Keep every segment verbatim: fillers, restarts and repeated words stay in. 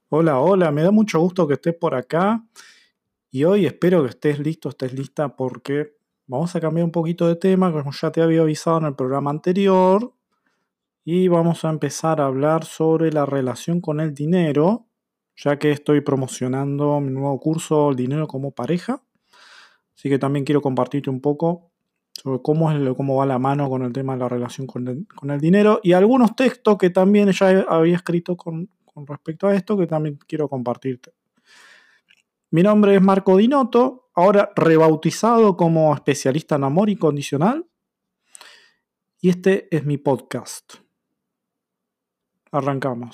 Hola, hola, me da mucho gusto que estés por acá y hoy espero que estés listo, estés lista porque vamos a cambiar un poquito de tema, como ya te había avisado en el programa anterior, y vamos a empezar a hablar sobre la relación con el dinero, ya que estoy promocionando mi nuevo curso, El dinero como pareja, así que también quiero compartirte un poco sobre cómo, es, el- cómo va la mano con el tema de la relación con el, con el dinero y algunos textos que también ya he- había escrito con, con respecto a esto que también quiero compartirte. Mi nombre es Marco Dinotto, ahora rebautizado como especialista en amor incondicional, y este es mi podcast. Arrancamos.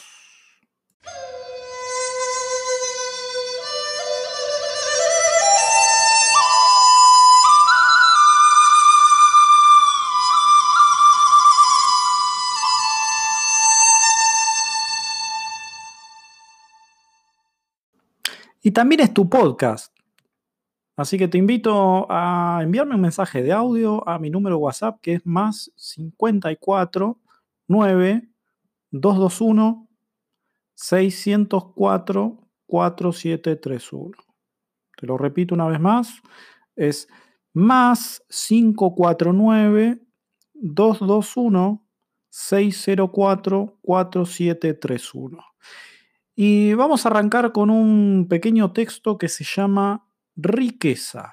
Y también es tu podcast, así que te invito a enviarme un mensaje de audio a mi número WhatsApp que es más cincuenta y cuatro nueve dos dos uno seiscientos cuatro cuatro siete tres uno. Te lo repito una vez más, es más cinco cuatro nueve dos dos uno seis cero cuatro cuatro siete tres uno. Y vamos a arrancar con un pequeño texto que se llama Riqueza.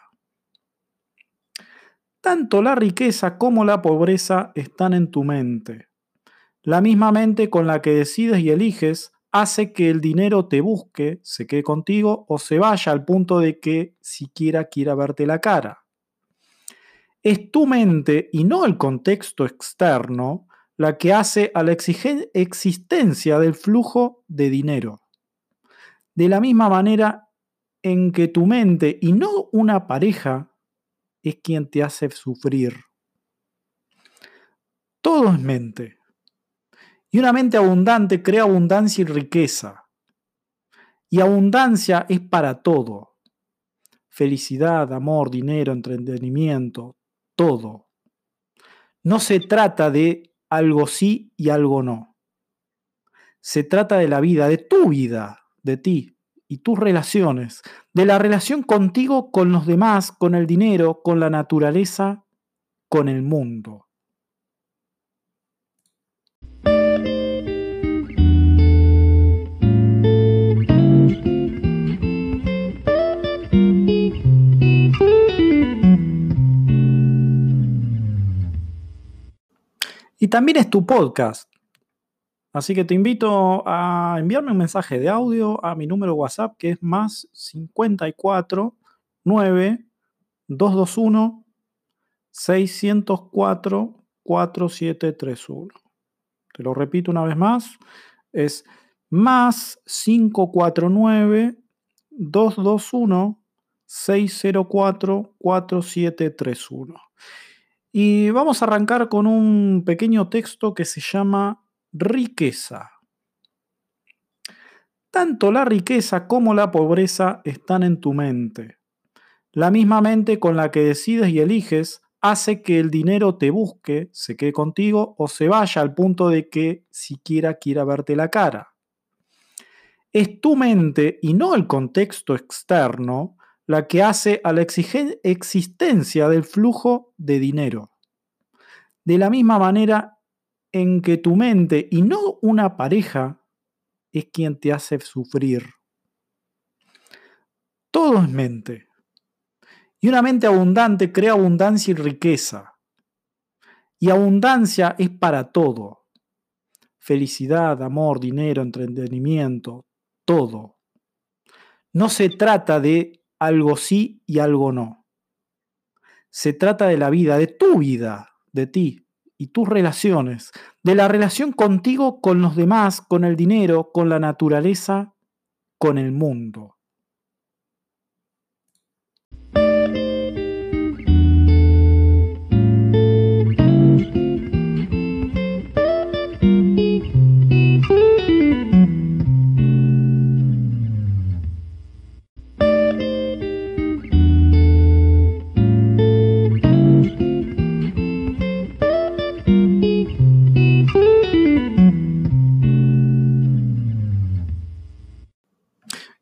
Tanto la riqueza como la pobreza están en tu mente. La misma mente con la que decides y eliges hace que el dinero te busque, se quede contigo o se vaya al punto de que siquiera quiera verte la cara. Es tu mente y no el contexto externo la que hace a la exigen- existencia del flujo de dinero. De la misma manera en que tu mente y no una pareja es quien te hace sufrir. Todo es mente. Y una mente abundante crea abundancia y riqueza. Y abundancia es para todo. Felicidad, amor, dinero, entretenimiento, todo. No se trata de algo sí y algo no. Se trata de la vida, de tu vida, de ti y tus relaciones, de la relación contigo, con los demás, con el dinero, con la naturaleza, con el mundo. Y también es tu podcast. Así que te invito a enviarme un mensaje de audio a mi número WhatsApp que es más cincuenta y cuatro nueve dos dos uno seiscientos cuatro cuatro siete tres uno. Te lo repito una vez más, es más cinco cuatro nueve dos dos uno seis cero cuatro cuatro siete tres uno. Y vamos a arrancar con un pequeño texto que se llama Riqueza. Tanto la riqueza como la pobreza están en tu mente. La misma mente con la que decides y eliges hace que el dinero te busque, se quede contigo o se vaya al punto de que siquiera quiera verte la cara. Es tu mente y no el contexto externo la que hace a la exigen- existencia del flujo de dinero. De la misma manera en que tu mente y no una pareja es quien te hace sufrir. Todo es mente. Y una mente abundante crea abundancia y riqueza. Y abundancia es para todo. Felicidad, amor, dinero, entretenimiento, todo. No se trata de algo sí y algo no. Se trata de la vida, de tu vida, de ti y tus relaciones, de la relación contigo, con los demás, con el dinero, con la naturaleza, con el mundo.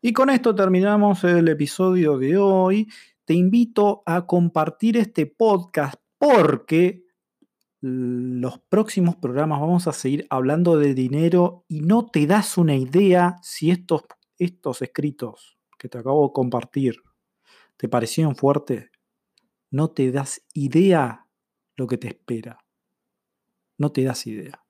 Y con esto terminamos el episodio de hoy. Te invito a compartir este podcast porque los próximos programas vamos a seguir hablando de dinero y no te das una idea si estos, estos escritos que te acabo de compartir te parecieron fuertes. No te das idea lo que te espera. No te das idea.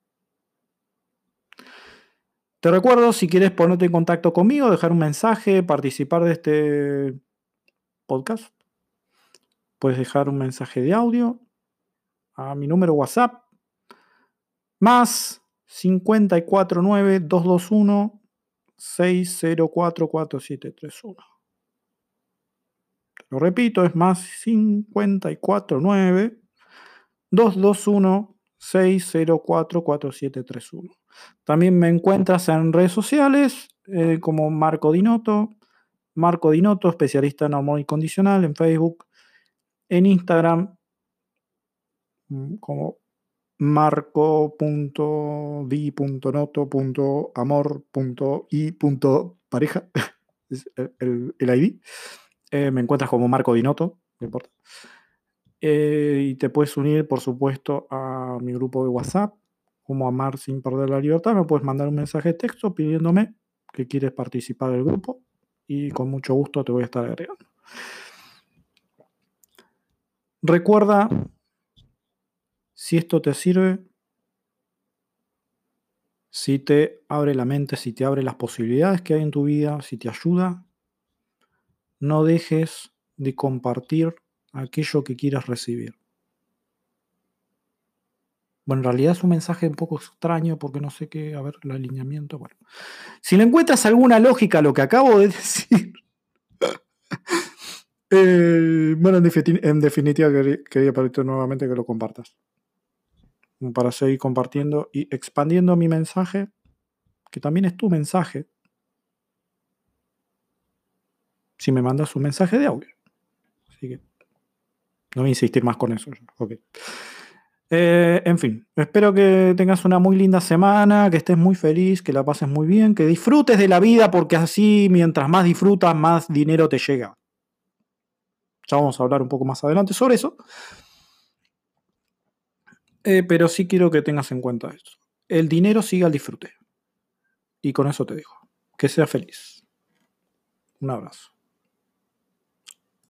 Te recuerdo, si quieres ponerte en contacto conmigo, dejar un mensaje, participar de este podcast, puedes dejar un mensaje de audio a mi número WhatsApp, más cincuenta y cuatro nueve dos dos uno seis cero cuatro cuatro siete tres uno. Lo repito, es más cincuenta y cuatro nueve dos dos uno seis cero cuatro cuatro siete tres uno. También me encuentras en redes sociales eh, como Marco Dinotto, Marco Dinotto, especialista en amor incondicional, en Facebook, en Instagram como marco punto di punto noto punto amor punto i punto pareja, es el, el I D. Eh, me encuentras como Marco Dinotto, no importa. Eh, y te puedes unir, por supuesto, a mi grupo de WhatsApp, como Amar sin perder la libertad. Me puedes mandar un mensaje de texto pidiéndome que quieres participar del grupo y con mucho gusto te voy a estar agregando. Recuerda, si esto te sirve, si te abre la mente, si te abre las posibilidades que hay en tu vida, si te ayuda, no dejes de compartir aquello que quieras recibir. Bueno, en realidad es un mensaje un poco extraño porque no sé qué, a ver, el alineamiento. Bueno, si le encuentras alguna lógica a lo que acabo de decir, eh, bueno, en, defini- en definitiva quería, quería pedirte nuevamente que lo compartas. Para seguir compartiendo y expandiendo mi mensaje, que también es tu mensaje, si me mandas un mensaje de audio. Así que no voy a insistir más con eso. Okay. Eh, en fin, espero que tengas una muy linda semana, que estés muy feliz, que la pases muy bien, que disfrutes de la vida, porque así mientras más disfrutas, más dinero te llega. Ya vamos a hablar un poco más adelante sobre eso. Eh, pero sí quiero que tengas en cuenta esto. El dinero sigue al disfrute. Y con eso te digo, que seas feliz. Un abrazo.